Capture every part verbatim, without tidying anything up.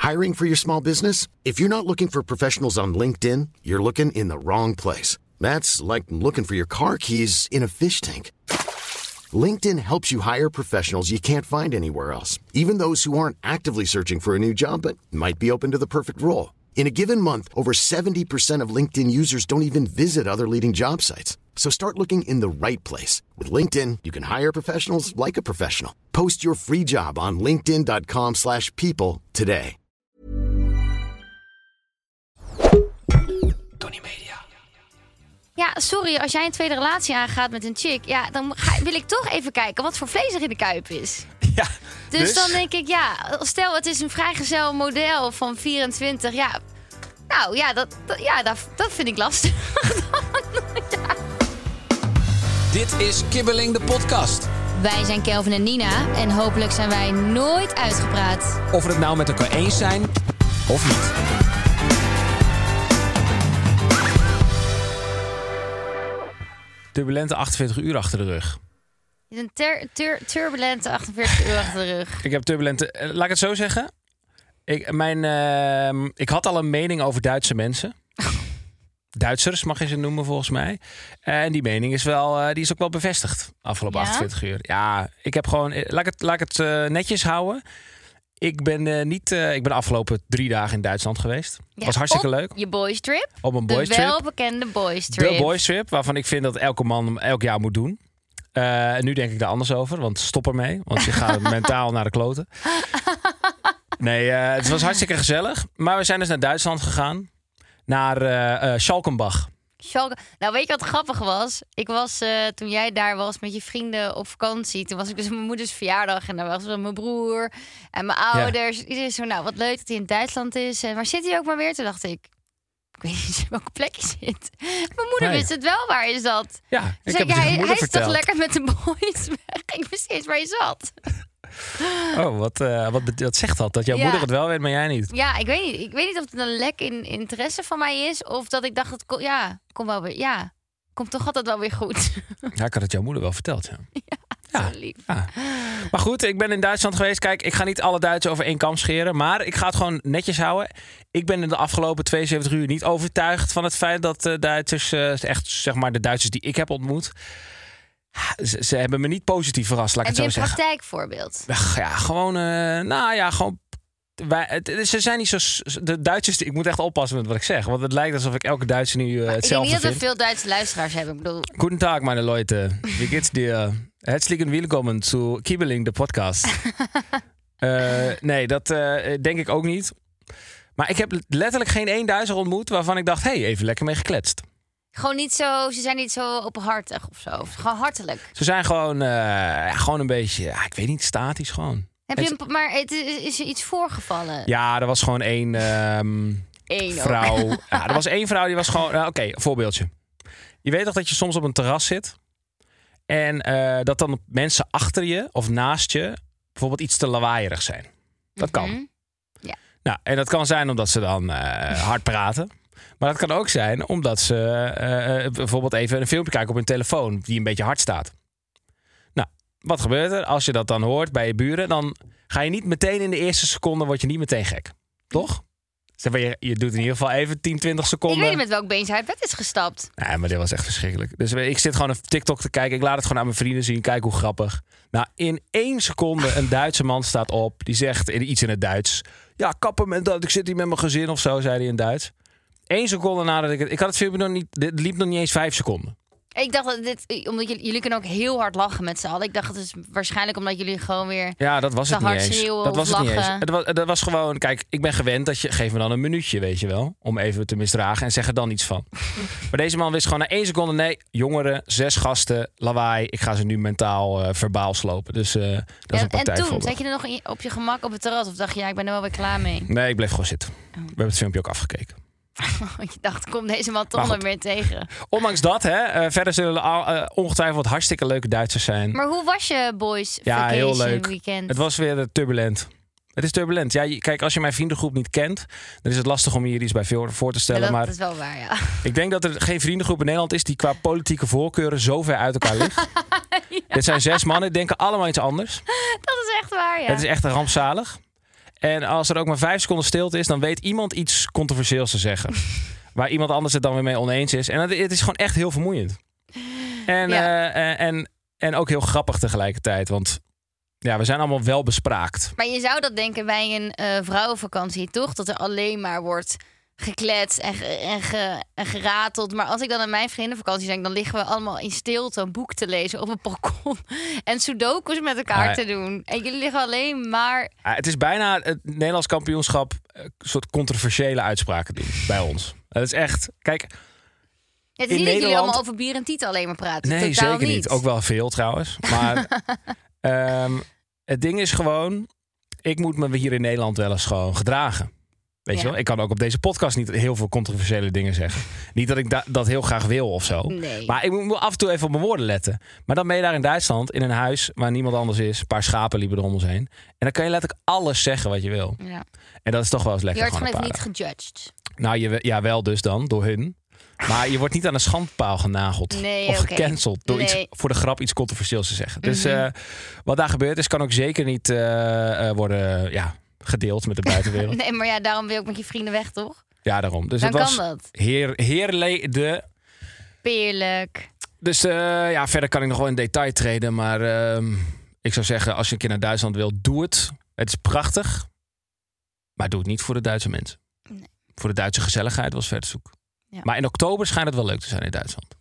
Hiring for your small business? If you're not looking for professionals on LinkedIn, you're looking in the wrong place. That's like looking for your car keys in a fish tank. LinkedIn helps you hire professionals you can't find anywhere else, even those who aren't actively searching for a new job but might be open to the perfect role. In a given month, over seventy percent of LinkedIn users don't even visit other leading job sites. So start looking in the right place. With LinkedIn, you can hire professionals like a professional. Post your free job on linkedin.com slash people today. Tony Media. Ja, sorry, als jij een tweede relatie aangaat met een chick... ja, dan ga, wil ik toch even kijken wat voor vlees er in de kuip is. Ja, dus, dus dan denk ik, ja, stel het is een vrijgezel model van vierentwintig... ja, nou ja, dat, dat, ja, dat, dat vind ik lastig. Ja. Dit is Kibbeling de podcast. Wij zijn Kelvin en Nina en hopelijk zijn wij nooit uitgepraat. Of we het nou met elkaar eens zijn of niet. Turbulente achtenveertig uur achter de rug. Een ter, ter, turbulente achtenveertig uur achter de rug. Ik heb turbulente... eh, Laat ik het zo zeggen. Ik, mijn, eh, ik had al een mening over Duitse mensen. Duitsers mag je ze noemen volgens mij. En die mening is wel, uh, die is ook wel bevestigd afgelopen Ja? achtenveertig uur. Ja, ik heb gewoon... Laat ik het, laat ik het uh, netjes houden. Ik ben uh, niet... Uh, ik ben de afgelopen drie dagen in Duitsland geweest. Ja, was hartstikke op leuk. Je boys trip. Op een boys De trip. welbekende boys trip. De boys trip, waarvan ik vind dat elke man hem elk jaar moet doen. Uh, nu denk ik daar anders over, want stop ermee. Want je gaat mentaal naar de kloten. Nee, uh, het was hartstikke gezellig. Maar we zijn dus naar Duitsland gegaan. Naar uh, uh, Schalkenbach. Schalke. Nou, weet je wat grappig was? Ik was, uh, toen jij daar was met je vrienden op vakantie... toen was ik dus op mijn moeders verjaardag... en daar was dan mijn broer en mijn ouders. Ja. Iedereen zo, nou, wat leuk dat hij in Duitsland is. En waar zit hij ook maar weer? Toen dacht ik... ik weet niet welke plek je zit. Mijn moeder Nee. wist het wel, waar je zat. Ja, ik Dus heb ik, het hij, je moeder hij is verteld. toch lekker met de boys weg. Ik wist niet eens waar je zat. Oh, wat, uh, wat, wat zegt dat? Dat jouw Ja. moeder het wel weet, maar jij niet? Ja, ik weet niet. Ik weet niet of het een lek in interesse van mij is... of dat ik dacht, het ko- ja, kom wel weer... ja, komt toch altijd wel weer goed. Ja, ik had het jouw moeder wel verteld, ja. Ja, Zo lief. ja. Maar goed, ik ben in Duitsland geweest. Kijk, ik ga niet alle Duitsers over één kam scheren. Maar ik ga het gewoon netjes houden. Ik ben in de afgelopen tweeënzeventig uur niet overtuigd van het feit dat de Duitsers, uh, echt zeg maar de Duitsers die ik heb ontmoet, ze, ze hebben me niet positief verrast, laat ik Heb je het zo een zeggen. praktijkvoorbeeld? Ach, ja, gewoon, uh, nou ja, gewoon. Wij, het, ze zijn niet zo. De Duitsers, ik moet echt oppassen met wat ik zeg. Want het lijkt alsof ik elke Duitser nu uh, Ik denk hetzelfde niet dat vind. we veel Duitse luisteraars hebben. Ik bedoel, Guten Tag, meine Leute. Wie geht's dir? Herzlichen willkommen zu Kibbeling, de podcast. uh, nee, dat uh, denk ik ook niet. Maar ik heb letterlijk geen één Duitser ontmoet waarvan ik dacht, hé, hey, even lekker mee gekletst. gewoon niet zo, ze zijn niet zo openhartig of zo. Of gewoon hartelijk. Ze zijn gewoon, uh, ja, gewoon een beetje, ja, ik weet niet, statisch gewoon. Heb je een, maar het is, is er iets voorgevallen? Ja, er was gewoon één um, Eén vrouw. Ja, er was één vrouw die was gewoon, uh, oké, okay, een voorbeeldje. Je weet toch dat je soms op een terras zit en uh, dat dan mensen achter je of naast je bijvoorbeeld iets te lawaaierig zijn. Dat kan. Mm-hmm. Ja. Nou, en dat kan zijn omdat ze dan uh, hard praten. Maar dat kan ook zijn omdat ze uh, bijvoorbeeld even een filmpje kijken op hun telefoon die een beetje hard staat. Nou, wat gebeurt er? Als je dat dan hoort bij je buren, dan ga je niet meteen in de eerste seconde, word je niet meteen gek. Toch? Zeg maar, je, je doet in ieder geval even tien, twintig seconden. Ik weet niet met welk been ze uit bed is gestapt. Nee, maar dit was echt verschrikkelijk. Dus ik zit gewoon op TikTok te kijken. Ik laat het gewoon aan mijn vrienden zien. Kijk hoe grappig. Nou, in één seconde een Duitse man staat op. Die zegt iets in het Duits. Ja, kappen met dat. Ik zit hier met mijn gezin of zo, zei hij in Duits. Eén seconde nadat ik het... Ik had het filmpje nog niet... Dit liep nog niet eens vijf seconden. Ik dacht dat dit... Omdat jullie, jullie kunnen ook heel hard lachen met z'n allen. Ik dacht het is waarschijnlijk omdat jullie gewoon weer... Ja, dat was te het niet hard eens. schreeuwen Dat of was het niet eens. lachen. Het was, dat was gewoon... Kijk, ik ben gewend dat je... Geef me dan een minuutje, weet je wel. Om even te misdragen en zeg er dan iets van. Maar deze man wist gewoon na één seconde... Nee, jongeren, zes gasten, lawaai. Ik ga ze nu mentaal uh, verbaal slopen. Dus uh, dat Ja, is een en toen, partijvoorbeeld. zat je er nog in- op je gemak op het terras? Of dacht je, ja, ik ben er wel weer klaar mee? Nee, ik bleef gewoon zitten. We hebben het filmpje ook afgekeken. Want je dacht, kom deze man toch Maar nog goed. meer tegen. Ondanks dat, hè, uh, verder zullen er uh, ongetwijfeld hartstikke leuke Duitsers zijn. Maar hoe was je boys Ja, vacation heel leuk. weekend? Het was weer uh, turbulent. Het is turbulent. Ja, je- kijk, als je mijn vriendengroep niet kent, dan is het lastig om hier iets bij voor, voor te Ja, stellen. dat, maar dat is wel waar, ja. ik denk dat er geen vriendengroep in Nederland is die qua politieke voorkeuren zo ver uit elkaar ligt. Dit zijn zes mannen, die denken allemaal iets anders. Dat is echt waar, ja. Het is echt rampzalig. En als er ook maar vijf seconden stilte is, dan weet iemand iets controversieels te zeggen. Waar iemand anders het dan weer mee oneens is. En het, het is gewoon echt heel vermoeiend. En, Ja. uh, en, en ook heel grappig tegelijkertijd. Want ja, we zijn allemaal wel bespraakt. Maar je zou dat denken bij een uh, vrouwenvakantie, toch? Dat er alleen maar wordt gekletst en, ge, en, ge, en gerateld. Maar als ik dan aan mijn vriendenvakantie denk, dan liggen we allemaal in stilte een boek te lezen op een balkon. En sudokus met elkaar Ah, te doen. En jullie liggen alleen maar... Uh, het is bijna het Nederlands kampioenschap een soort controversiële uitspraken doen bij ons. Het is echt... Kijk... Het is in niet dat jullie Nederland- allemaal over bier en tieten alleen maar praten. Nee, Totaal zeker niet. niet. Ook wel veel trouwens. Maar um, het ding is gewoon... Ik moet me hier in Nederland wel eens gewoon gedragen. Weet Ja. je wel? Ik kan ook op deze podcast niet heel veel controversiële dingen zeggen. Niet dat ik da- dat heel graag wil of zo. Nee. Maar ik moet af en toe even op mijn woorden letten. Maar dan ben je daar in Duitsland in een huis waar niemand anders is. Een paar schapen liepen er om ons heen. En dan kan je letterlijk alles zeggen wat je wil. Ja. En dat is toch wel eens Je lekker. wordt gewoon een even paar niet gejudged. dagen. Nou, je, ja, wel dus dan, door hun. Maar je wordt niet aan een schandpaal genageld. Nee, of oké. gecanceld door Nee. iets, voor de grap iets controversieels te zeggen. Dus Mhm. uh, wat daar gebeurd is, kan ook zeker niet uh, uh, worden ja, gedeeld met de buitenwereld. Nee, maar ja, daarom wil je ook met je vrienden weg, toch? Ja, daarom. Dus Dan het was kan dat. heer, heerlijde. Peerlijk. Dus uh, ja, verder kan ik nog wel in detail treden. Maar uh, ik zou zeggen, als je een keer naar Duitsland wil, doe het. Het is prachtig. Maar doe het niet voor de Duitse mensen. Nee. Voor de Duitse gezelligheid was verder zoek. Ja. Maar in oktober schijnt het wel leuk te zijn in Duitsland.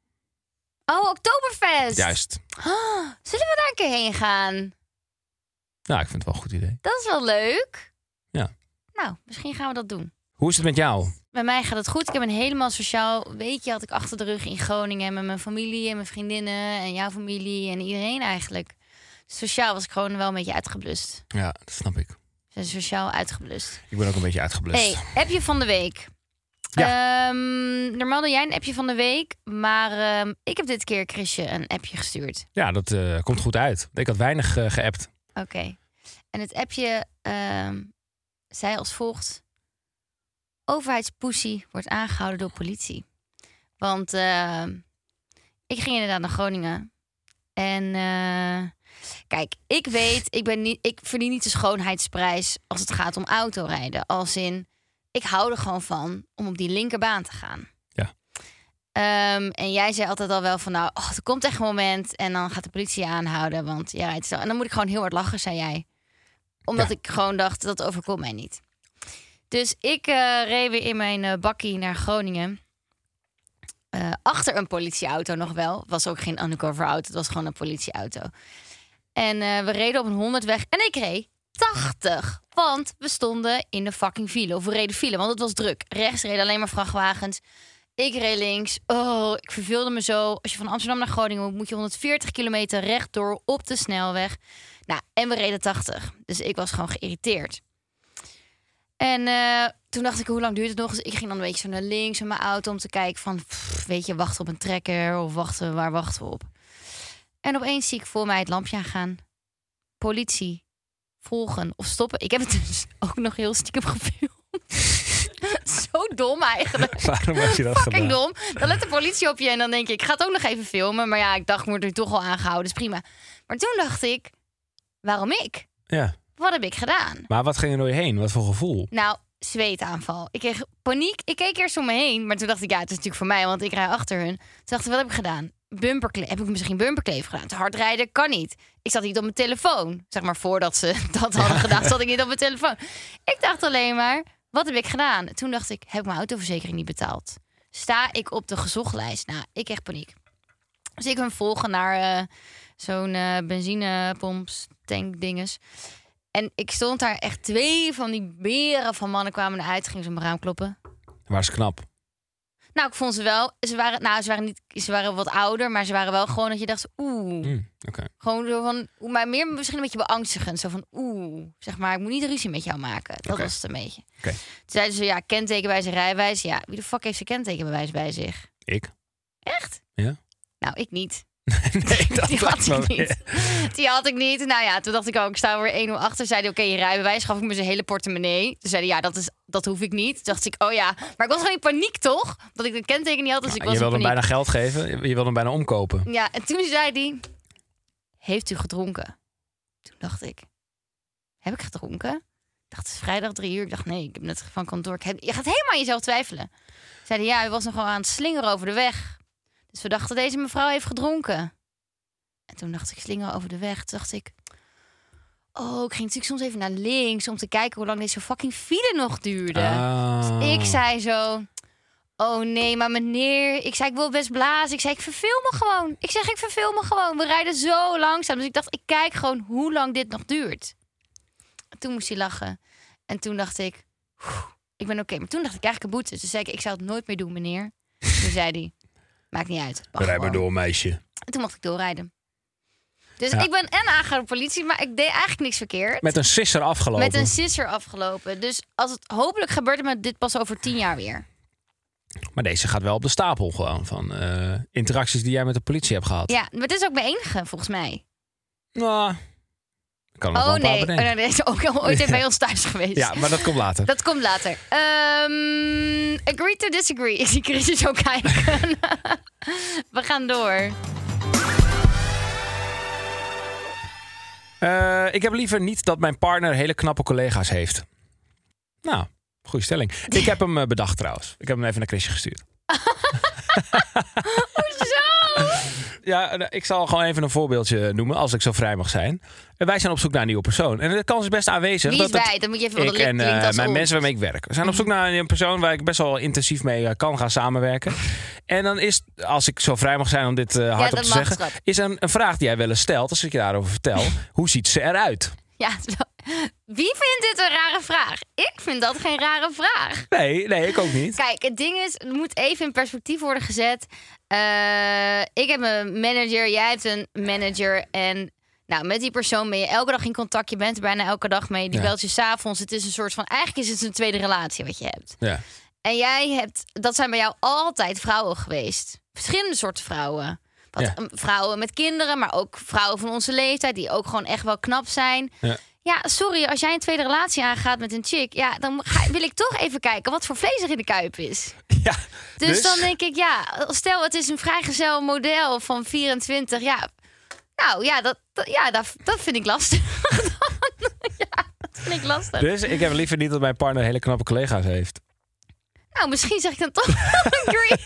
Oh, Oktoberfest. Juist. Oh, zullen we daar een keer heen gaan? Nou, ik vind het wel een goed idee. Dat is wel leuk. Ja. Nou, misschien gaan we dat doen. Hoe is het met jou? Bij mij gaat het goed. Ik heb een helemaal sociaal weekje had ik achter de rug in Groningen. Met mijn familie en mijn vriendinnen en jouw familie en iedereen eigenlijk. Sociaal was ik gewoon wel een beetje uitgeblust. Ja, dat snap ik. Ik ben sociaal uitgeblust. Ik ben ook een beetje uitgeblust. Hey, appje van de week. Ja. Um, normaal doe jij een appje van de week. Maar um, ik heb dit keer Chrisje een appje gestuurd. Ja, dat uh, komt goed uit. Ik had weinig uh, geappt. Oké. Okay. En het appje um, zei als volgt. Overheidspoesie wordt aangehouden door politie. Want uh, ik ging inderdaad naar Groningen. En uh, kijk, ik weet, ik, ben niet, ik verdien niet de schoonheidsprijs als het gaat om autorijden. Als in, ik hou er gewoon van om op die linkerbaan te gaan. Ja. Um, en jij zei altijd al wel van, nou, oh, er komt echt een moment en dan gaat de politie je aanhouden. Want jij rijdt zo. En dan moet ik gewoon heel hard lachen, zei jij. Omdat ja. ik gewoon dacht, dat overkomt mij niet. Dus ik uh, reed weer in mijn uh, bakkie naar Groningen. Uh, achter een politieauto nog wel. Het was ook geen undercover auto, het was gewoon een politieauto. En uh, we reden op een honderd weg en ik reed tachtig. Want we stonden in de fucking file. Of we reden file, want het was druk. Rechts reden alleen maar vrachtwagens. Ik reed links. Oh, ik verveelde me zo. Als je van Amsterdam naar Groningen moet, moet je honderdveertig kilometer rechtdoor op de snelweg. Nou, en we reden tachtig. Dus ik was gewoon geïrriteerd. En uh, toen dacht ik, hoe lang duurt het nog? Dus ik ging dan een beetje zo naar links in mijn auto om te kijken van, pff, weet je, wachten op een trekker of wachten, waar wachten we op? En opeens zie ik voor mij het lampje aangaan. Politie, volgen of stoppen. Ik heb het dus ook nog heel stiekem gefilmd. Zo dom eigenlijk. Waarom had je dat Fucking gedaan? dom. Dan let de politie op je en dan denk ik, ik ga het ook nog even filmen. Maar ja, ik dacht, ik word nu toch al aangehouden, is prima. Maar toen dacht ik, waarom ik? Ja. Wat heb ik gedaan? Maar wat ging er door je heen? Wat voor gevoel? Nou, zweetaanval. Ik kreeg paniek. Ik keek eerst om me heen. Maar toen dacht ik, ja, het is natuurlijk voor mij, want ik rij achter hun. Toen dacht ik, wat heb ik gedaan? Bumperkle- heb ik misschien bumperkleef gedaan? Te hard rijden kan niet. Ik zat niet op mijn telefoon. Zeg maar, voordat ze dat hadden gedaan, zat ik niet op mijn telefoon. Ik dacht alleen maar, wat heb ik gedaan? Toen dacht ik, heb ik mijn autoverzekering niet betaald? Sta ik op de gezochtlijst? Nou, ik kreeg paniek. Dus ik hun volgen naar uh, zo'n uh, benzinepomps, tank dinges. En ik stond daar echt twee van die beren van mannen kwamen naar uit. Gingen ze mijn raam kloppen. Waar is knap? Nou, ik vond ze wel. Ze waren, nou, ze waren niet. Ze waren wat ouder, maar ze waren wel gewoon dat je dacht, oeh. Mm, okay. Gewoon zo van, maar meer misschien een beetje beangstigend. Zo van, oeh, zeg maar, ik moet niet ruzie met jou maken. Dat okay. was het een beetje. Okay. Toen zeiden ze, ja, kentekenwijze, rijbewijs. Ja, wie de fuck heeft zijn kentekenbewijs bij zich? Ik. Echt? Ja. Nou, ik niet. Nee, dat die had ik niet. Weer. Die had ik niet. Nou ja, toen dacht ik ook, ik sta weer één uur achter. Zei hij, oké, okay, je rijbewijs. Gaf ik me zijn hele portemonnee. Toen zei hij, ja, dat, is, dat hoef ik niet. Toen dacht ik, oh ja. Maar ik was gewoon in paniek, toch? Dat ik de kenteken niet had, dus nou, ik was je wilde in hem paniek. bijna geld geven. Je wilde hem bijna omkopen. Ja, en toen zei hij, heeft u gedronken? Toen dacht ik, heb ik gedronken? Ik dacht, het is vrijdag drie uur. Ik dacht, nee, ik heb net van kantoor. Ik heb, je gaat helemaal aan jezelf twijfelen. Zeiden, ja, hij was nog wel aan het slingeren over de weg. Dus we dachten, deze mevrouw heeft gedronken. En toen dacht ik, slingeren over de weg. Toen dacht ik, oh, ik ging natuurlijk soms even naar links... om te kijken hoe lang deze fucking file nog duurde. Oh. Dus ik zei zo... Oh nee, maar meneer... Ik zei, ik wil best blazen. Ik zei, ik verveel me gewoon. Ik zeg, ik verveel me gewoon. We rijden zo langzaam. Dus ik dacht, ik kijk gewoon hoe lang dit nog duurt. En toen moest hij lachen. En toen dacht ik... Ik ben oké. Okay. Maar toen dacht ik eigenlijk een boete. Dus zei ik, ik zou het nooit meer doen, meneer. Toen zei hij... Maakt niet uit. Rijd maar door, meisje. En toen mocht ik doorrijden. Dus ja. ik ben en aangehouden door politie, maar ik deed eigenlijk niks verkeerd. Met een sisser afgelopen. Met een sisser afgelopen. Dus als het hopelijk gebeurt het met dit pas over tien jaar weer. Maar deze gaat wel op de stapel gewoon van uh, interacties die jij met de politie hebt gehad. Ja, maar het is ook mijn enige, volgens mij. Nou, ik kan er nog oh, wel een nee. paar bedenken. Oh nee, is ook al ooit even bij ons thuis geweest. Ja, maar dat komt later. Dat komt later. Um, agree to disagree. Ik zie Chris zo kijken. We gaan door. Uh, ik heb liever niet dat mijn partner hele knappe collega's heeft. Nou, goede stelling. Ik heb hem uh, bedacht trouwens. Ik heb hem even naar Chrisje gestuurd. Hoezo? Ja, ik zal gewoon even een voorbeeldje noemen, als ik zo vrij mag zijn. Wij zijn op zoek naar een nieuwe persoon. En de kans is best aanwezig. Wie is dat wij? het, Dan moet je even van de ik en uh, mijn ons. mensen waarmee ik werk. We zijn op zoek naar een persoon waar ik best wel intensief mee uh, kan gaan samenwerken. En dan is, als ik zo vrij mag zijn om dit uh, hardop ja, te zeggen... Schat. is een, een vraag die jij wel eens stelt, als ik je daarover vertel. Hoe ziet ze eruit? Ja, wie vindt dit een rare vraag? Ik vind dat geen rare vraag. Nee, nee, ik ook niet. Kijk, het ding is, het moet even in perspectief worden gezet. Uh, ik heb een manager, jij hebt een manager. En nou, met die persoon ben je elke dag in contact. Je bent er bijna elke dag mee. Die ja. belt je 's avonds. Het is een soort van, eigenlijk is het een tweede relatie wat je hebt. Ja. En jij hebt, dat zijn bij jou altijd vrouwen geweest. Verschillende soorten vrouwen. Wat, ja. Vrouwen met kinderen, maar ook vrouwen van onze leeftijd die ook gewoon echt wel knap zijn. Ja. Ja, sorry, als jij een tweede relatie aangaat met een chick, ja, dan ga, wil ik toch even kijken wat voor vlees er in de kuip is. Ja, dus, dus dan denk ik, ja, stel het is een vrijgezel model van vierentwintig, ja, nou ja, dat, dat, ja, dat, dat vind ik lastig. Ja, dat vind ik lastig. Dus ik heb liever niet dat mijn partner hele knappe collega's heeft. Nou, misschien zeg ik dan toch agree.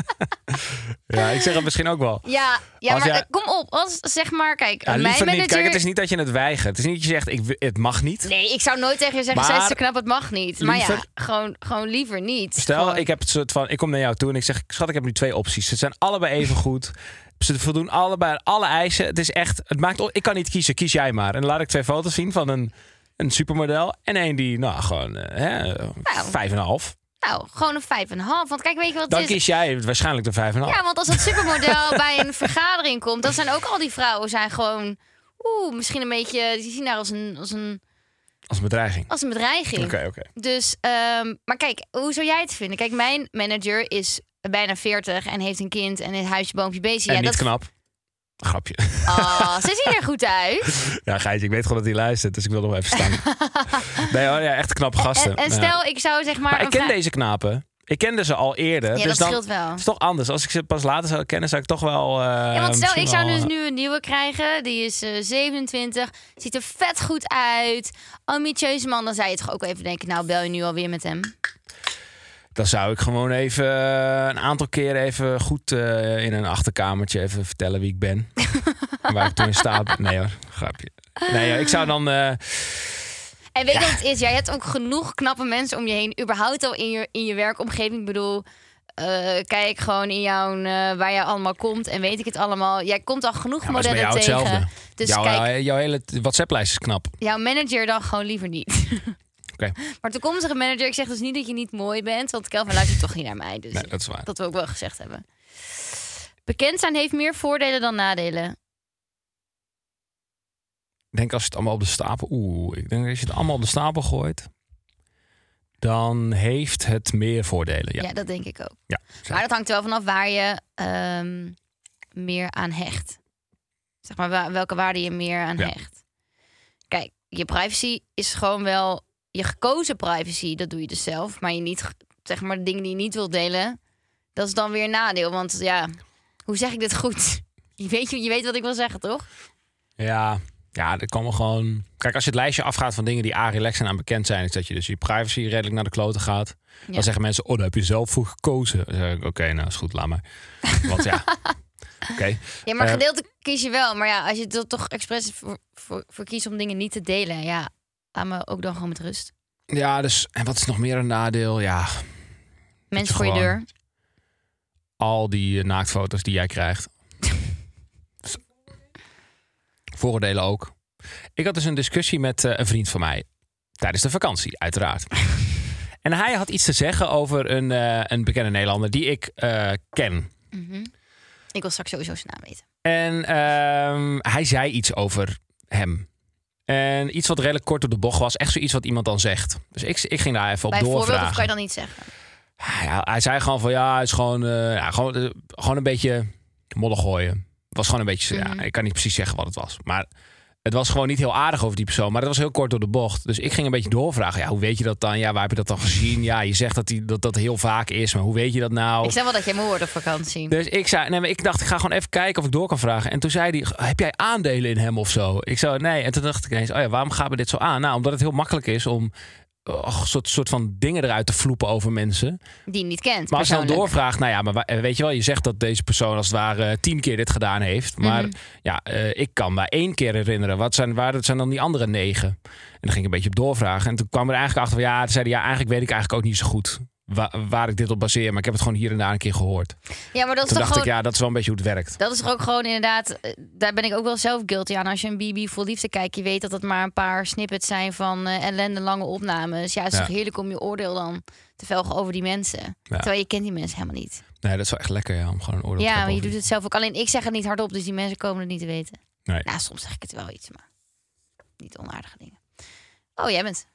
Ja, ik zeg het misschien ook wel. Ja, ja Als maar jij... kom op. Als, zeg maar, kijk, Ja, mijn liever manager... niet. Kijk, het is niet dat je het weigert. Het is niet dat je zegt, ik, het mag niet. Nee, ik zou nooit tegen je zeggen, Maar... zij is te knap, het mag niet. Maar liever... ja, gewoon, gewoon liever niet. Stel, gewoon... ik heb het soort van, ik kom naar jou toe en ik zeg, schat, ik heb nu twee opties. Ze zijn allebei even goed. Ze voldoen allebei aan alle eisen. Het is echt, het maakt, ik kan niet kiezen, kies jij maar. En dan laat ik twee foto's zien van een, een supermodel en een die, nou, gewoon uh, hè, nou, vijf en een half. Nou, gewoon een vijf en een half. Want kijk, weet je wat het dan is? kies jij waarschijnlijk de vijf en een half. Ja, want als dat supermodel bij een vergadering komt, dan zijn ook al die vrouwen zijn gewoon, oeh, misschien een beetje, die zien daar als een, als een, als een bedreiging. Als een bedreiging. Oké, okay, oké. Okay. Dus, um, maar kijk, hoe zou jij het vinden? Kijk, mijn manager is bijna veertig en heeft een kind en een huisje, boompje, beestje. En ja, niet dat... knap. Grapje. Oh, ze zien er goed uit. Ja, Gijs, ik weet gewoon dat hij luistert, dus ik wil nog even staan. Nee hoor, ja, echt knappe gasten. En, en stel, ja. ik zou zeg maar... Maar ik ken vrij... deze knapen. Ik kende ze al eerder. Ja, dus dat scheelt wel. Het is toch anders. Als ik ze pas later zou kennen, zou ik toch wel... Uh, ja, want stel, ik zou wel, dus nu een nieuwe krijgen. Die is uh, zevenentwintig. Ziet er vet goed uit. Ambitieuze man. Dan zou je toch ook even denken, nou, bel je nu alweer met hem? Dan zou ik gewoon even uh, een aantal keren even goed uh, in een achterkamertje even vertellen wie ik ben. Waar ik toen in staat. Nee hoor, grapje. Nee, ja, ik zou dan... Uh, En weet je ja. wat het is? Jij hebt ook genoeg knappe mensen om je heen. Überhaupt al in je, in je werkomgeving. Ik bedoel, uh, kijk gewoon in jouw, uh, waar jij allemaal komt. En weet ik het allemaal. Jij komt al genoeg ja, modellen jou tegen. Hetzelfde. Dus jouw, kijk, jouw hele WhatsApp-lijst is knap. Jouw manager dan gewoon liever niet. Okay. Maar toekomstige manager, ik zeg dus niet dat je niet mooi bent. Want Kelvin luistert toch niet naar mij. Dus nee, dat is waar. Dat we ook wel gezegd hebben. Bekend zijn heeft meer voordelen dan nadelen. Ik denk als je het allemaal op de stapel... Oeh, ik denk als je het allemaal op de stapel gooit... dan heeft het meer voordelen. Ja, ja dat denk ik ook. Ja, maar dat hangt wel vanaf waar je um, meer aan hecht. Zeg maar wa- welke waarde je meer aan ja. hecht. Kijk, je privacy is gewoon wel... Je gekozen privacy, dat doe je dus zelf. Maar je niet, zeg maar, de dingen die je niet wilt delen... dat is dan weer een nadeel. Want ja, hoe zeg ik dit goed? Je weet, je weet wat ik wil zeggen, toch? Ja... Ja, er komen gewoon... Kijk, als je het lijstje afgaat van dingen die A, relaxed en aan bekend zijn... is dat je dus je privacy redelijk naar de kloten gaat. Ja. Dan zeggen mensen, oh, daar heb je zelf voor gekozen. Dan zeg ik, oké, okay, nou is goed, laat maar. Want ja... Okay. Ja, maar gedeeltelijk uh, kies je wel. Maar ja, als je er toch expres voor, voor, voor kiest om dingen niet te delen... ja, laat me ook dan gewoon met rust. Ja, dus... En wat is nog meer een nadeel? Ja... Mensen voor je deur. Al die uh, naaktfoto's die jij krijgt. Vooroordelen ook. Ik had dus een discussie met uh, een vriend van mij. Tijdens de vakantie, uiteraard. En hij had iets te zeggen over een, uh, een bekende Nederlander die ik uh, ken. Mm-hmm. Ik wil straks sowieso zijn naam weten. En uh, hij zei iets over hem. En iets wat redelijk kort op de bocht was. Echt zoiets wat iemand dan zegt. Dus ik, ik ging daar even op doorvragen. Bijvoorbeeld, of kan je dan niet zeggen? Ja, hij zei gewoon van ja, het is gewoon, uh, ja, gewoon, uh, gewoon een beetje modder gooien. Het was gewoon een beetje, mm-hmm. ja, ik kan niet precies zeggen wat het was. Maar het was gewoon niet heel aardig over die persoon. Maar het was heel kort door de bocht. Dus ik ging een beetje doorvragen. Ja, hoe weet je dat dan? Ja, waar heb je dat dan gezien? Ja, je zegt dat die, dat, dat heel vaak is. Maar hoe weet je dat nou? Ik zei wel dat jij moe wordt op vakantie. Dus ik zei, nee, maar ik dacht, ik ga gewoon even kijken of ik door kan vragen. En toen zei hij, heb jij aandelen in hem of zo? Ik zei, nee. En toen dacht ik ineens, oh ja, waarom gaan we dit zo aan? Nou, omdat het heel makkelijk is om... Oh, een soort, soort van dingen eruit te vloepen over mensen. Die je niet kent. Maar als je dan doorvraagt, nou ja, maar weet je wel, je zegt dat deze persoon als het ware tien keer dit gedaan heeft. Maar mm-hmm. ja, uh, ik kan maar één keer herinneren. Wat zijn, waar, dat zijn dan die andere negen? En dan ging ik een beetje op doorvragen. En toen kwam er eigenlijk achter van ja, zeiden ja, eigenlijk weet ik eigenlijk ook niet zo goed waar, waar ik dit op baseer. Maar ik heb het gewoon hier en daar een keer gehoord. Ja, maar dat is toen toch dacht gewoon... ik, ja, dat is wel een beetje hoe het werkt. Dat is toch ook gewoon inderdaad, daar ben ik ook wel zelf guilty aan. Als je een B B vol liefde kijkt, je weet dat het maar een paar snippets zijn van uh, ellende lange opnames. Ja, het is ja. toch heerlijk om je oordeel dan te velgen over die mensen. Ja. Terwijl je kent die mensen helemaal niet. Nee, dat is wel echt lekker, ja, om gewoon een oordeel ja, te hebben. Ja, maar je over. doet het zelf ook. Alleen ik zeg het niet hardop, dus die mensen komen het niet te weten. Nee. Nou, soms zeg ik het wel iets, maar niet onaardige dingen. Oh, jij bent...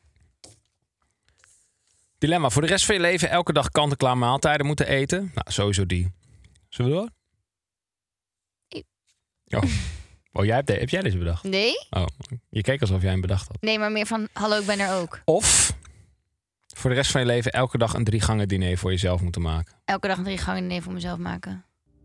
Dilemma. Voor de rest van je leven elke dag kant-en-klaar maaltijden moeten eten. Nou, sowieso die. Zullen we door? Oh, oh jij hebt, de, heb jij deze bedacht? Nee. Oh, je keek alsof jij hem bedacht had. Nee, maar meer van, hallo, ik ben er ook. Of voor de rest van je leven elke dag een drie gangen diner voor jezelf moeten maken. Elke dag een drie gangen diner voor mezelf maken.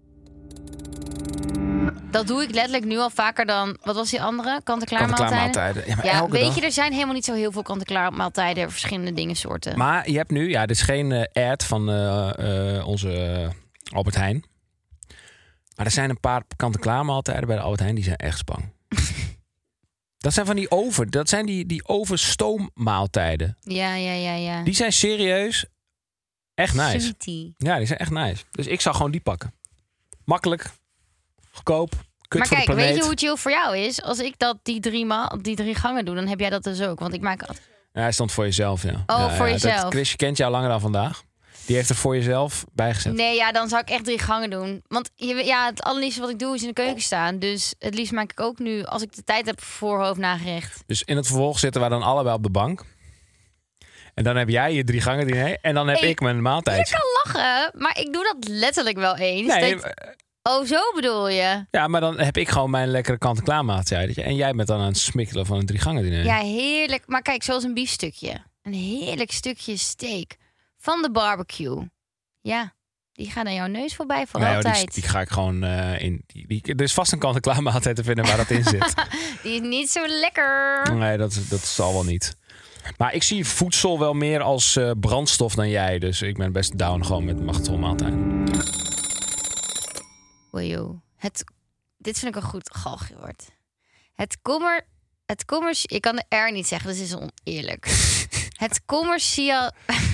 Dat doe ik letterlijk nu al vaker dan... Wat was die andere? Kant-en-klaar maaltijden? maaltijden. Ja, maar ja, elke weet dag... je, er zijn helemaal niet zo heel veel kant-en-klaar maaltijden. Verschillende dingen, soorten. Maar je hebt nu... Ja, dit is geen uh, ad van uh, uh, onze uh, Albert Heijn. Maar er zijn een paar kant-en-klaar maaltijden bij de Albert Heijn. Die zijn echt spang. Dat zijn van die oven. Dat zijn die, die overstoommaaltijden. Ja, ja, ja, ja. Die zijn serieus echt nice. Sweetie. Ja, die zijn echt nice. Dus ik zou gewoon die pakken. Makkelijk. Goedkoop. Kut maar voor kijk, de planeet. weet je hoe chill voor jou is? Als ik dat die drie, ma- die drie gangen doe, dan heb jij dat dus ook. Want ik maak het. Ja, hij stond voor jezelf, ja. Oh, ja, voor ja, jezelf. Dat, Chris, je kent jou langer dan vandaag. Die heeft er voor jezelf bijgezet. Nee, ja, dan zou ik echt drie gangen doen. Want je, ja, het allerliefste wat ik doe is in de keuken staan. Dus het liefst maak ik ook nu, als ik de tijd heb, voorhoofd nagerecht. Dus in het vervolg zitten wij dan allebei op de bank. En dan heb jij je drie gangen diner. En dan heb hey, ik mijn maaltijdje. Je kan lachen, maar ik doe dat letterlijk wel eens. Nee, dat... Oh, zo bedoel je? Ja, maar dan heb ik gewoon mijn lekkere kant-en-klaar maaltijdje. En jij bent dan aan het smikkelen van een drie gangen diner. Ja, heerlijk. Maar kijk, zoals een biefstukje. Een heerlijk stukje steak van de barbecue. Ja, die gaat aan jouw neus voorbij voor nee, altijd. Die, die ga ik gewoon uh, in. Die, die, er is vast een kant-en-klaar maaltijd te vinden waar dat in zit. Die is niet zo lekker. Nee, dat, dat zal wel niet. Maar ik zie voedsel wel meer als uh, brandstof dan jij. Dus ik ben best down gewoon met machtolmaaltijd. Wow, het, dit vind ik een goed galgwoord. Het kommer... Het commers... Ik kan de R niet zeggen, dus is oneerlijk. Het commercial...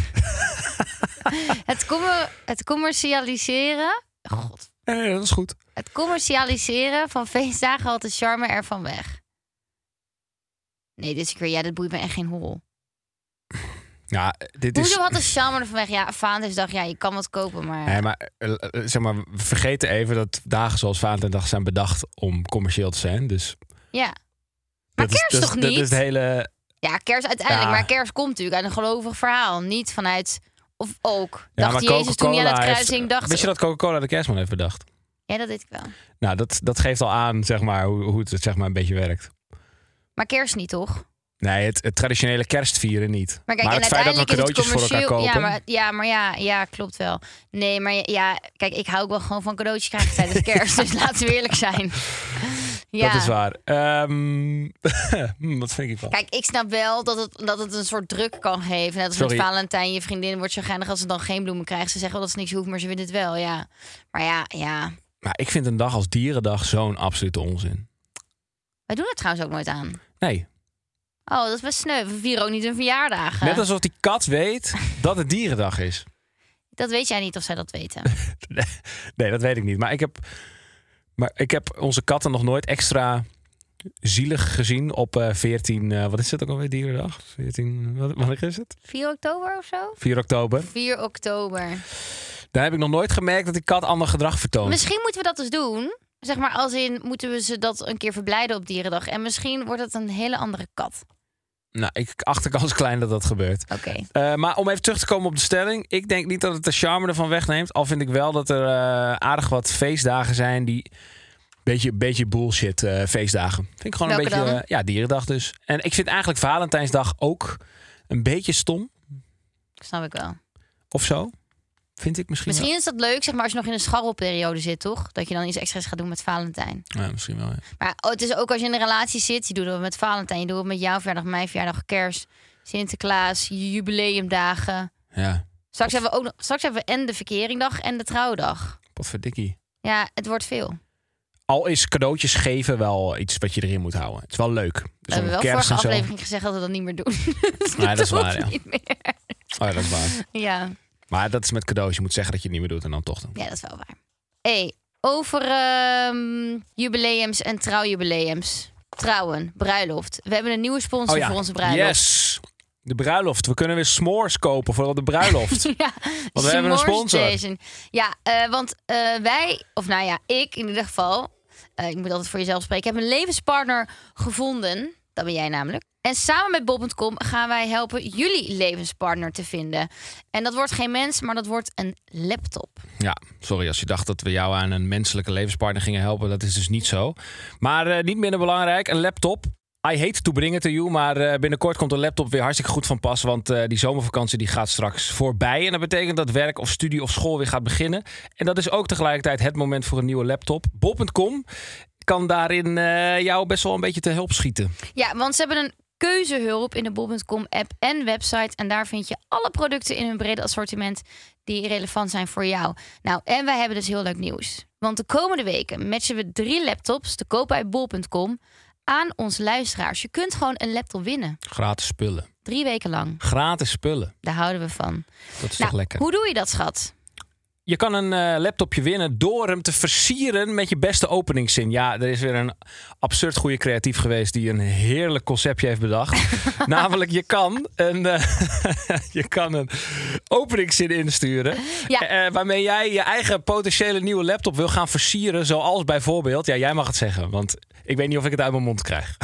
het, kommer, het commercialiseren... God. Nee, dat is goed. Het commercialiseren van feestdagen haalt de charme ervan weg. Nee, dit is weer... Ja, dit boeit me echt geen hol. Ja, dit Hoezo is... had de charme ervan weg? Ja, Valentijnsdag, ja, je kan wat kopen, maar... Nee, maar uh, zeg maar, we vergeten even dat dagen zoals Valentijnsdag zijn bedacht om commercieel te zijn. Dus... Ja. Maar kerst is, toch dat, niet? Dat is de hele... Ja, kerst uiteindelijk. Ja. Maar kerst komt natuurlijk uit een gelovig verhaal. Niet vanuit... Of ook. Ja, dacht maar Jezus toen hij aan het kruising heeft, dacht... Wist je dat Coca-Cola de kerstman heeft bedacht? Ja, dat weet ik wel. Nou, dat, dat geeft al aan, zeg maar, hoe, hoe het zeg maar, een beetje werkt. Maar kerst niet, toch? Nee, het, het traditionele kerstvieren niet. Maar kijk, maar en het feit dat we uiteindelijk is cadeautjes het voor elkaar kopen... Ja, maar ja, maar ja, ja, klopt wel. Nee, maar ja, kijk, ik hou ook wel gewoon van cadeautjes krijgen tijdens kerst. Dus laten we eerlijk zijn. Ja. Dat is waar. Um, wat vind ik hiervan? Kijk, ik snap wel dat het, dat het een soort druk kan geven. Net als Sorry. met Valentijn, je vriendin wordt zo geinig als ze dan geen bloemen krijgt. Ze zeggen wel dat ze niks hoeft, maar ze vindt het wel, ja. Maar ja, ja. Maar ik vind een dag als dierendag zo'n absolute onzin. Wij doen het trouwens ook nooit aan. Nee. Oh, dat is best sneu. We vieren ook niet een verjaardag. Net alsof die kat weet dat het dierendag is. Dat weet jij niet of zij dat weten. Nee, dat weet ik niet. Maar ik heb, maar ik heb onze katten nog nooit extra zielig gezien op uh, veertien... Uh, wat is het ook alweer, dierendag? veertien... Wat, wanneer is het? vier oktober of zo? vier oktober. vier oktober. Daar heb ik nog nooit gemerkt dat die kat ander gedrag vertoont. Misschien moeten we dat dus doen. Zeg maar, als in moeten we ze dat een keer verblijden op dierendag. En misschien wordt het een hele andere kat. Nou, ik acht de kans klein dat dat gebeurt. Oké. Okay. Uh, maar om even terug te komen op de stelling. Ik denk niet dat het de charme ervan wegneemt. Al vind ik wel dat er uh, aardig wat feestdagen zijn die... Beetje, beetje bullshit uh, feestdagen. Vind ik gewoon Welke een beetje... dan? Uh, ja, dierendag dus. En ik vind eigenlijk Valentijnsdag ook een beetje stom. Snap ik wel. Of zo. Vind ik misschien Misschien wel. is dat leuk, zeg maar, als je nog in een scharrelperiode zit, toch? Dat je dan iets extra's gaat doen met Valentijn. Ja, misschien wel, ja. Maar oh, het is ook als je in een relatie zit. Je doet het met Valentijn, je doet het met jouw verjaardag, mijn verjaardag, kerst, Sinterklaas, je jubileumdagen. Ja. Straks hebben we ook nog, straks hebben we en de verkeringdag en de trouwdag. Potverdikkie. Ja, het wordt veel. Al is cadeautjes geven wel iets wat je erin moet houden. Het is wel leuk. Dus We hebben wel kerst vorige en zo. aflevering gezegd dat we dat niet meer doen. Dus Nee, dat is waar, ja. niet meer. Oh, ja, dat is waar. Ja. Maar dat is met cadeaus. Je moet zeggen dat je het niet meer doet en dan toch doen. Ja, dat is wel waar. Hey, over uh, jubileums en trouwjubileums. Trouwen, bruiloft. We hebben een nieuwe sponsor Oh ja. voor onze bruiloft. Yes! De bruiloft. We kunnen weer s'mores kopen voor de bruiloft. Ja, Want we hebben een S'mores sponsor. Station. Ja, uh, want uh, wij, of nou ja, ik in ieder geval... Uh, ik moet altijd voor jezelf spreken. Ik heb een levenspartner gevonden. Dat ben jij namelijk. En samen met Bol punt com gaan wij helpen jullie levenspartner te vinden. En dat wordt geen mens, maar dat wordt een laptop. Ja, sorry als je dacht dat we jou aan een menselijke levenspartner gingen helpen. Dat is dus niet zo. Maar uh, niet minder belangrijk, een laptop. I hate to bring it to you, maar uh, binnenkort komt een laptop weer hartstikke goed van pas. Want uh, die zomervakantie die gaat straks voorbij. En dat betekent dat werk of studie of school weer gaat beginnen. En dat is ook tegelijkertijd het moment voor een nieuwe laptop. Bol punt com kan daarin uh, jou best wel een beetje te hulp schieten. Ja, want ze hebben een keuzehulp in de Bol punt com app en website. En daar vind je alle producten in hun brede assortiment die relevant zijn voor jou. Nou, en wij hebben dus heel leuk nieuws. Want de komende weken matchen we drie laptops te koop bij Bol punt com aan onze luisteraars. Je kunt gewoon een laptop winnen. Gratis spullen. Drie weken lang. Gratis spullen. Daar houden we van. Dat is nou, toch lekker. Hoe doe je dat, schat? Je kan een uh, laptopje winnen door hem te versieren met je beste openingszin. Ja, er is weer een absurd goede creatief geweest die een heerlijk conceptje heeft bedacht. Namelijk, je kan een, uh, je kan een openingszin insturen. Ja. Uh, waarmee jij je eigen potentiële nieuwe laptop wil gaan versieren. Zoals bijvoorbeeld, ja, jij mag het zeggen. Want ik weet niet of ik het uit mijn mond krijg.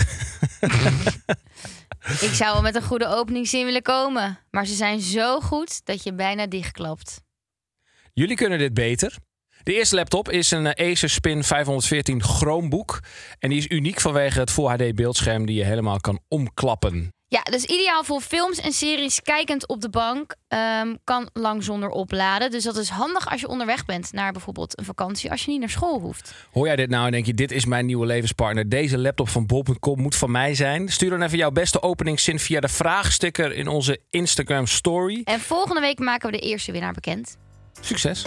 Ik zou wel met een goede openingszin willen komen. Maar ze zijn zo goed dat je bijna dichtklapt. Jullie kunnen dit beter. De eerste laptop is een Acer Spin vijfhonderdveertien Chromebook. En die is uniek vanwege het Full H D beeldscherm die je helemaal kan omklappen. Ja, dus ideaal voor films en series kijkend op de bank. Um, kan lang zonder opladen. Dus dat is handig als je onderweg bent naar bijvoorbeeld een vakantie. Als je niet naar school hoeft. Hoor jij dit nou en denk je, dit is mijn nieuwe levenspartner. Deze laptop van Bol punt com moet van mij zijn. Stuur dan even jouw beste openingszin via de vraagsticker in onze Instagram story. En volgende week maken we de eerste winnaar bekend. Succes.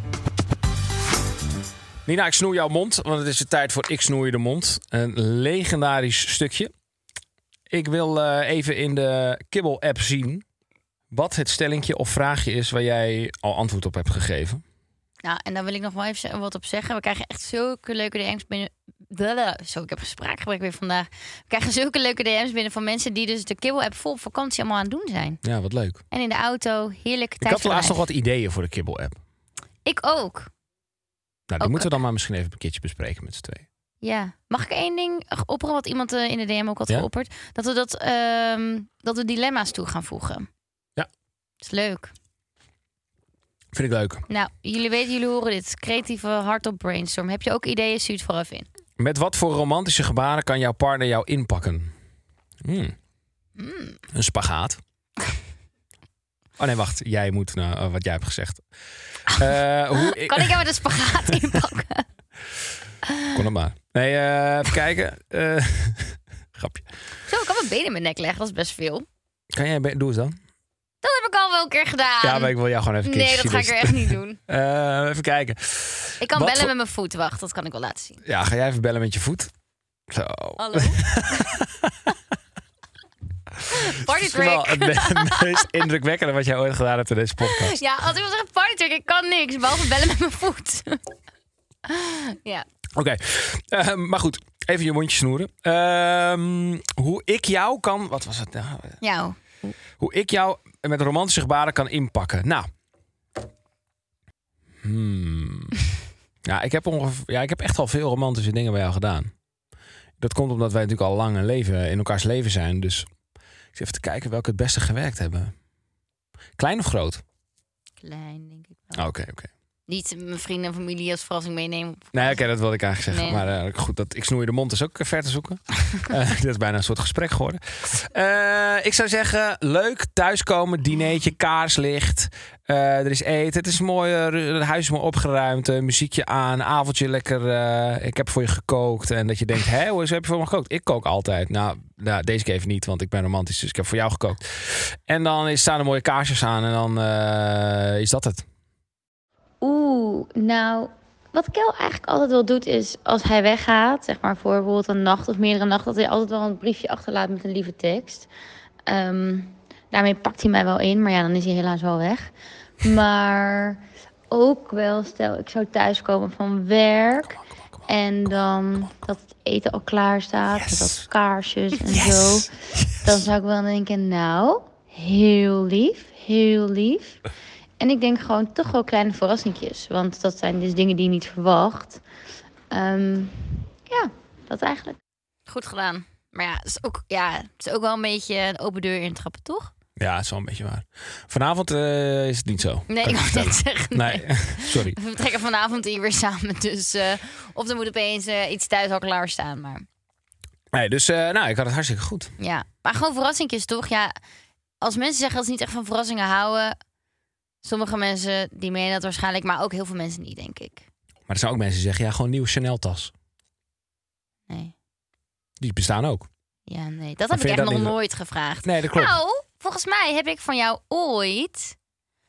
Nina, ik snoer jouw mond, want het is de tijd voor Ik Snoer Je de Mond. Een legendarisch stukje. Ik wil uh, even in de Kibbel-app zien wat het stellingje of vraagje is waar jij al antwoord op hebt gegeven. Nou, en daar wil ik nog wel even wat op zeggen. We krijgen echt zulke leuke D M's binnen. Zo, ik heb een spraakgebrek weer vandaag. We krijgen zulke leuke D M's binnen van mensen die dus de Kibbel-app vol op vakantie allemaal aan het doen zijn. Ja, wat leuk. En in de auto, heerlijk Ik had laatst nog wat ideeën voor de Kibbel-app. Ik ook. Nou, die ook. moeten we dan maar misschien even een keertje bespreken met z'n tweeën. Ja. Mag ik één ding opperen wat iemand uh, in de D M ook had ja? geopperd? Dat we, dat, um, dat we dilemma's toe gaan voegen. Ja. Dat is leuk. Vind ik leuk. Nou, jullie weten, jullie horen dit. Creatieve hardop brainstorm. Heb je ook ideeën? Stuur het vooral even in. Met wat voor romantische gebaren kan jouw partner jou inpakken? Mm. Mm. Een spagaat. Oh nee, wacht. Jij moet naar uh, wat jij hebt gezegd. Uh, hoe, kan ik jou met een spagaat inpakken? Kon het maar. Nee, uh, even kijken. Uh, grapje. Zo, ik kan mijn benen in mijn nek leggen. Dat is best veel. Kan jij... Doe eens dan. Dat heb ik al wel een keer gedaan. Ja, maar ik wil jou gewoon even... Nee, dat ga ik er echt niet doen. Uh, even kijken. Ik kan Wat bellen voor... met mijn voet. Wacht, dat kan ik wel laten zien. Ja, ga jij even bellen met je voet? Zo. Hallo? Party trick. Wel het, me- het meest indrukwekkende wat jij ooit gedaan hebt in deze podcast. Ja, als iemand zegt party trick, ik kan niks. Behalve bellen met mijn voet. Ja. Oké, okay. uh, maar goed. Even je mondje snoeren. Uh, hoe ik jou kan... Wat was het nou? Jou. Hoe ik jou met romantische gebaren kan inpakken. Nou. Hmm. Ja, ik heb ongeveer, ja, ik heb echt al veel romantische dingen bij jou gedaan. Dat komt omdat wij natuurlijk al lang een leven, in elkaars leven zijn. Dus ik zit even te kijken welke het beste gewerkt hebben. Klein of groot? Klein, denk ik wel. Oké, okay, oké. Okay. Niet mijn vrienden en familie als verrassing meenemen. Nee, oké, okay, dat wilde ik eigenlijk zeggen. Nee. Maar uh, goed, dat, ik snoei de mond is ook ver te zoeken. uh, dit is bijna een soort gesprek geworden. Uh, ik zou zeggen, leuk, thuiskomen, dinertje, kaarslicht. Uh, er is eten, het is mooi, uh, het huis is mooi opgeruimd, uh, muziekje aan, avondje lekker. Uh, ik heb voor je gekookt. En dat je denkt, hé, hoe heb je voor me gekookt? Ik kook altijd. Nou, nou, deze keer even niet, want ik ben romantisch, dus ik heb voor jou gekookt. En dan staan er mooie kaarsjes aan en dan uh, is dat het. Oeh, nou, wat Kel eigenlijk altijd wel doet is, als hij weggaat, zeg maar voor bijvoorbeeld een nacht of meerdere nachten, dat hij altijd wel een briefje achterlaat met een lieve tekst. Um, daarmee pakt hij mij wel in, maar ja, dan is hij helaas wel weg. Maar ook wel, stel ik zou thuiskomen van werk en dan dat het eten al klaar staat, yes. met dat kaarsjes en yes. zo. Dan zou ik wel denken, nou, heel lief, heel lief. En ik denk gewoon toch wel kleine verrassingjes. Want dat zijn dus dingen die je niet verwacht. Um, ja, dat eigenlijk. Goed gedaan. Maar ja, het is ook, ja, het is ook wel een beetje een open deur intrappen, toch? Ja, het is wel een beetje waar. Vanavond uh, is het niet zo. Nee, ik wou net zeggen. Nee. nee. Sorry. We vertrekken vanavond hier weer samen. Dus uh, of er moet opeens uh, iets thuis al klaar staan. Maar... Nee, dus uh, nou, ik had het hartstikke goed. Ja, maar gewoon verrassingjes, toch? Ja, als mensen zeggen dat ze niet echt van verrassingen houden... Sommige mensen die menen dat waarschijnlijk, maar ook heel veel mensen niet, denk ik. Maar er zijn ook mensen die zeggen, ja, gewoon een nieuwe Chanel-tas. Nee. Die bestaan ook. Ja, nee. Dat heb ik echt nog niet... nooit gevraagd. Nee, dat klopt. Nou, volgens mij heb ik van jou ooit,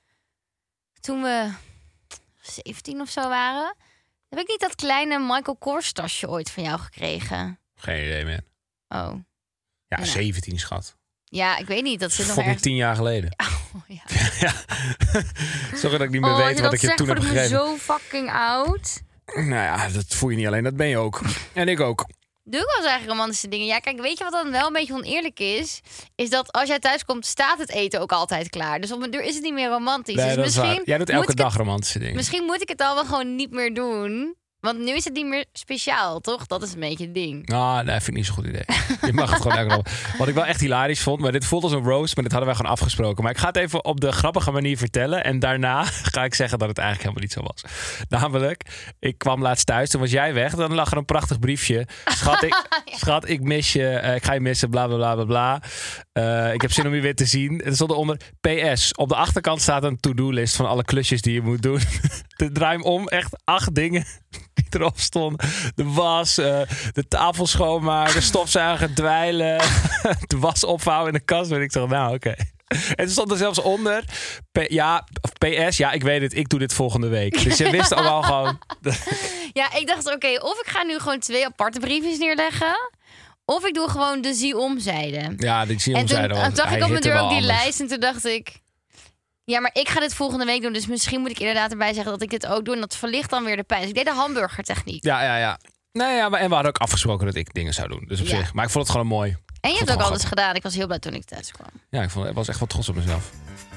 toen we zeventien of zo waren, heb ik niet dat kleine Michael Kors tasje ooit van jou gekregen. Geen idee meer. Oh. Ja, nou. zeventien, schat. Ja, ik weet niet. Dat zit nog ergens... tien jaar geleden. Oh, ja. ja. Sorry dat ik niet meer oh, weet wat ik je toen heb gegeven. Ik ben zo fucking oud. Nou ja, dat voel je niet alleen. Dat ben je ook. En ik ook. Doe ik wel eens eigenlijk romantische dingen. Ja, kijk, weet je wat dan wel een beetje oneerlijk is? Is dat als jij thuis komt, staat het eten ook altijd klaar. Dus op een deur is het niet meer romantisch. Nee, dus dat misschien is waar. Jij doet elke dag het... romantische dingen. Misschien moet ik het al wel gewoon niet meer doen. Want nu is het niet meer speciaal, toch? Dat is een beetje het ding. Nou, nee, vind ik niet zo'n goed idee. Je mag het gewoon elke dag. Wat ik wel echt hilarisch vond, maar dit voelt als een roast, maar dit hadden wij gewoon afgesproken. Maar ik ga het even op de grappige manier vertellen. En daarna ga ik zeggen dat het eigenlijk helemaal niet zo was. Namelijk, ik kwam laatst thuis, toen was jij weg. Dan lag er een prachtig briefje. Schat, ik, ja. schat, ik mis je. Uh, ik ga je missen, bla, bla, bla, bla. Uh, ik heb zin om je weer te zien. Er stond eronder P S. Op de achterkant staat een to-do-list van alle klusjes die je moet doen. Draai hem om, echt acht dingen die erop stonden. De was, uh, de tafel schoonmaken, de stofzuiger dweilen, de was opvouwen in de kast. En ik dacht, nou oké. Okay. En er stond er zelfs onder, P, ja, P S, ja, ik weet het, ik doe dit volgende week. Dus je wist ook al gewoon. Ja, ik dacht, oké, okay, of ik ga nu gewoon twee aparte briefjes neerleggen. Of ik doe gewoon de zie-omzijde. Ja, de zie-omzijde. En toen dacht ik op mijn deur ook die lijst. En toen dacht ik, ja, maar ik ga dit volgende week doen. Dus misschien moet ik inderdaad erbij zeggen dat ik dit ook doe. En dat verlicht dan weer de pijn. Dus ik deed de hamburgertechniek. Ja, ja, ja. Nee, ja, maar, en we hadden ook afgesproken dat ik dingen zou doen. Dus op ja. zich. Maar ik vond het gewoon mooi. En je hebt ook alles gedaan. Ik was heel blij toen ik thuis kwam. Ja, ik, vond, ik was echt wel trots op mezelf.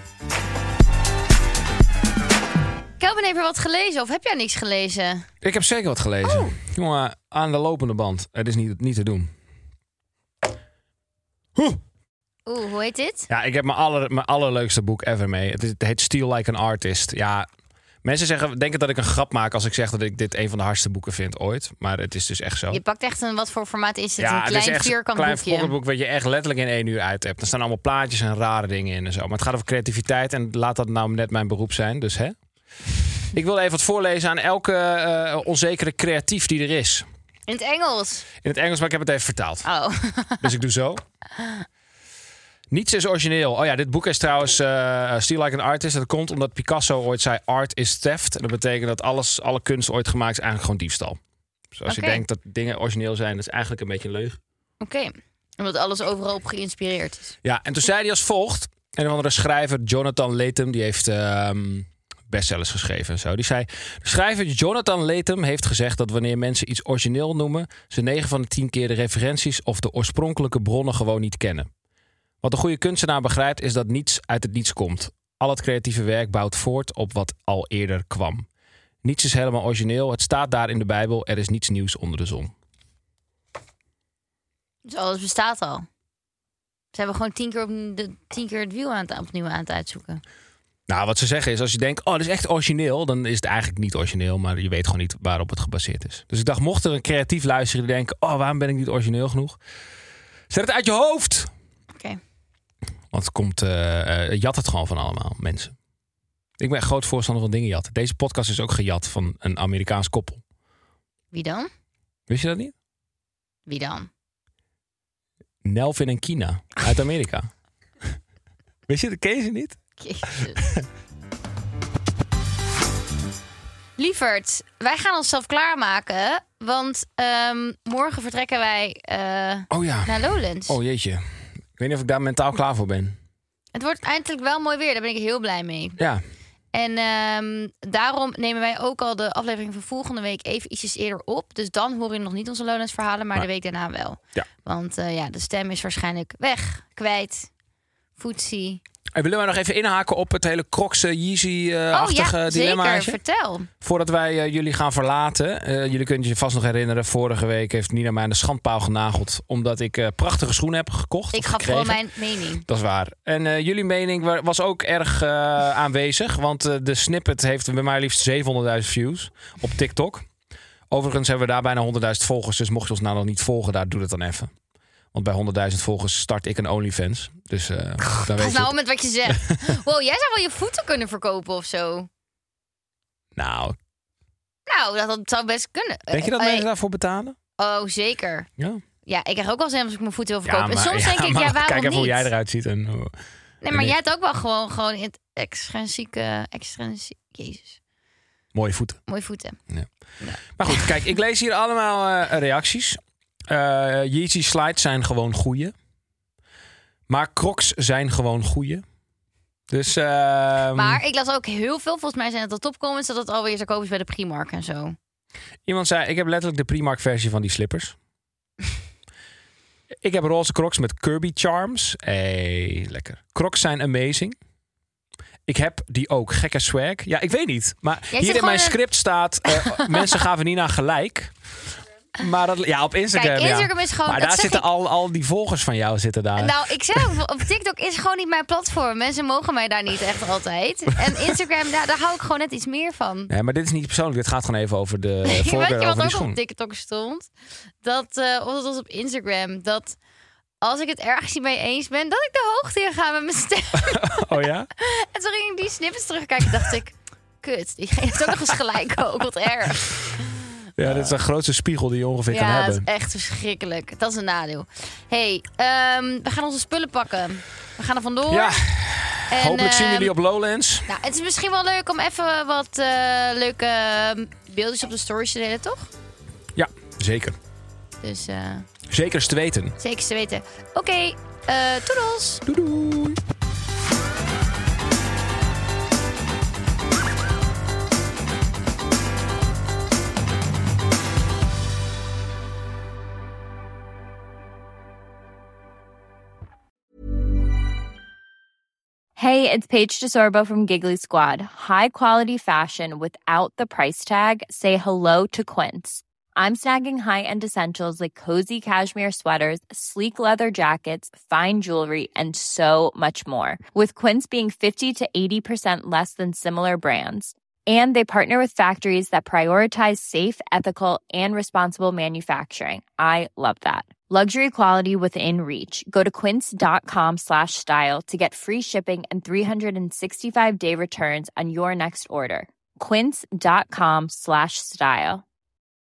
Kelvin heeft er wat gelezen. Of heb jij niks gelezen? Ik heb zeker wat gelezen. Oh. Jongen, aan de lopende band. Het is niet, niet te doen. Huh. Oeh, hoe heet dit? Ja, ik heb mijn, aller, mijn allerleukste boek ever mee. Het, is, het heet Steal Like an Artist. Ja, mensen zeggen, denken dat ik een grap maak als ik zeg dat ik dit een van de hardste boeken vind ooit. Maar het is dus echt zo. Je pakt echt een, wat voor formaat is het? Ja, een klein het is echt vierkant een klein boekje. pocketboek wat je echt letterlijk in één uur uit hebt. Er staan allemaal plaatjes en rare dingen in en zo. Maar het gaat over creativiteit en laat dat nou net mijn beroep zijn. Dus hè. Ik wil even wat voorlezen aan elke uh, onzekere creatief die er is. In het Engels? In het Engels, maar ik heb het even vertaald. Oh. Dus ik doe zo. Niets is origineel. Oh ja, dit boek is trouwens uh, Steal Like an Artist. Dat komt omdat Picasso ooit zei art is theft. En dat betekent dat alles, alle kunst ooit gemaakt is eigenlijk gewoon diefstal. Dus als Okay. je denkt dat dingen origineel zijn, dat is eigenlijk een beetje een leugen. Oké, okay. Omdat alles overal op geïnspireerd is. Ja, en toen zei hij als volgt. Een of andere schrijver, Jonathan Lethem, die heeft uh, bestsellers geschreven en zo. Die zei, de schrijver Jonathan Lethem heeft gezegd dat wanneer mensen iets origineel noemen, ze negen van de tien keer de referenties of de oorspronkelijke bronnen gewoon niet kennen. Wat een goede kunstenaar begrijpt is dat niets uit het niets komt. Al het creatieve werk bouwt voort op wat al eerder kwam. Niets is helemaal origineel. Het staat daar in de Bijbel. Er is niets nieuws onder de zon. Dus alles bestaat al. Ze hebben gewoon tien keer, op de, tien keer het wiel aan het, opnieuw aan het uitzoeken. Nou, wat ze zeggen is, als je denkt, oh, dat is echt origineel, dan is het eigenlijk niet origineel, maar je weet gewoon niet waarop het gebaseerd is. Dus ik dacht, mocht er een creatief luisteren die denken, oh, waarom ben ik niet origineel genoeg? Zet het uit je hoofd! Oké. Okay. Want het komt, uh, uh, jat het gewoon van allemaal mensen. Ik ben een groot voorstander van dingen jatten. Deze podcast is ook gejat van een Amerikaans koppel. Wie dan? Wist je dat niet? Wie dan? Nelvin en Kina uit Amerika. Wist je, dat ken je ze niet? Jezus. Lieverd, wij gaan onszelf klaarmaken. Want um, morgen vertrekken wij uh, oh ja. naar Lowlands. Oh jeetje. Ik weet niet of ik daar mentaal klaar voor ben. Het wordt eindelijk wel mooi weer. Daar ben ik heel blij mee. Ja. En um, daarom nemen wij ook al de aflevering van volgende week even ietsjes eerder op. Dus dan hoor je nog niet onze Lowlands verhalen, maar, maar de week daarna wel. Ja. Want uh, ja, de stem is waarschijnlijk weg, kwijt, foetsie. En willen wij nog even inhaken op het hele Crocs Yeezy-achtige uh, oh, ja, dilemmaatje? Zeker, vertel. Voordat wij uh, jullie gaan verlaten. Uh, jullie kunnen je vast nog herinneren. Vorige week heeft Nina mij aan de schandpaal genageld. Omdat ik uh, prachtige schoenen heb gekocht. Ik gaf gewoon mijn mening. Dat is waar. En uh, jullie mening was ook erg uh, aanwezig. Want uh, de snippet heeft bij mij liefst zevenhonderdduizend views op TikTok. Overigens hebben we daar bijna honderdduizend volgers. Dus mocht je ons nou nog niet volgen, daar doe het dan even. Want bij honderdduizend volgers start ik een OnlyFans. Dus uh, dan weet je nou met wat je zegt. Wow, jij zou wel je voeten kunnen verkopen of zo. Nou. Nou, dat, dat zou best kunnen. Denk je dat uh, mensen daarvoor betalen? Oh, zeker. Ja. Ja, ik krijg ook wel zin als ik mijn voeten wil verkopen. Ja, maar, en soms ja, denk ik, maar, ja, waarom kijk even niet? hoe jij eruit ziet. En, uh, nee, maar en jij hebt ook wel gewoon, gewoon het extrinsieke... extrinsiek, Jezus. Mooie voeten. Mooie voeten. Ja. Ja. Maar goed, kijk, ik lees hier allemaal uh, reacties. Uh, Yeezy slides zijn gewoon goeie. Maar Crocs zijn gewoon goeie. Dus, uh, maar ik las ook heel veel, volgens mij zijn het de topcomments, dat het alweer zo koop is bij de Primark en zo. Iemand zei, ik heb letterlijk de Primark versie van die slippers. Ik heb roze Crocs met Kirby Charms. Hey, lekker. Crocs zijn amazing. Ik heb die ook. Gekke swag. Ja, ik weet niet. Maar Jij hier in mijn een... script staat... Uh, mensen gaven niet naar gelijk. Maar dat, ja, op Instagram, Kijk, Instagram ja. is gewoon... Maar daar zitten ik... al, al die volgers van jou zitten daar. Nou, ik zeg ook, op TikTok is gewoon niet mijn platform. Mensen mogen mij daar niet echt altijd. En Instagram, daar, daar hou ik gewoon net iets meer van. Nee, maar dit is niet persoonlijk. Dit gaat gewoon even over de nee, voorkeur weet je wat over ook die schoen. op TikTok stond? Dat, uh, of dat was op Instagram, dat... Als ik het ergens niet mee eens ben, dat ik de hoogte in ga met mijn stem. Oh ja? En toen ging ik die snippets terugkijken en dacht ik... Kut, diegene heeft ook nog eens gelijk ook. Wat erg. Ja, dit is de grootste spiegel die je ongeveer ja, kan hebben. Ja, het is echt verschrikkelijk. Dat is een nadeel. hey, um, we gaan onze spullen pakken. We gaan er vandoor. Ja, en, hopelijk zien um, jullie op Lowlands. Nou, het is misschien wel leuk om even wat uh, leuke beeldjes op de stories te delen, toch? Ja, zeker. Dus... Uh, zeker eens te weten. Zeker eens te weten. Oké, okay, uh, toedels. Doei doei. Hey, it's Paige DeSorbo from Giggly Squad. High quality fashion without the price tag. Say hello to Quince. I'm snagging high-end essentials like cozy cashmere sweaters, sleek leather jackets, fine jewelry, and so much more. With Quince being fifty to eighty percent less than similar brands. And they partner with factories that prioritize safe, ethical, and responsible manufacturing. I love that. Luxury quality within reach. Go to quince.com slash style to get free shipping and three sixty-five day returns on your next order. Quince.com slash style.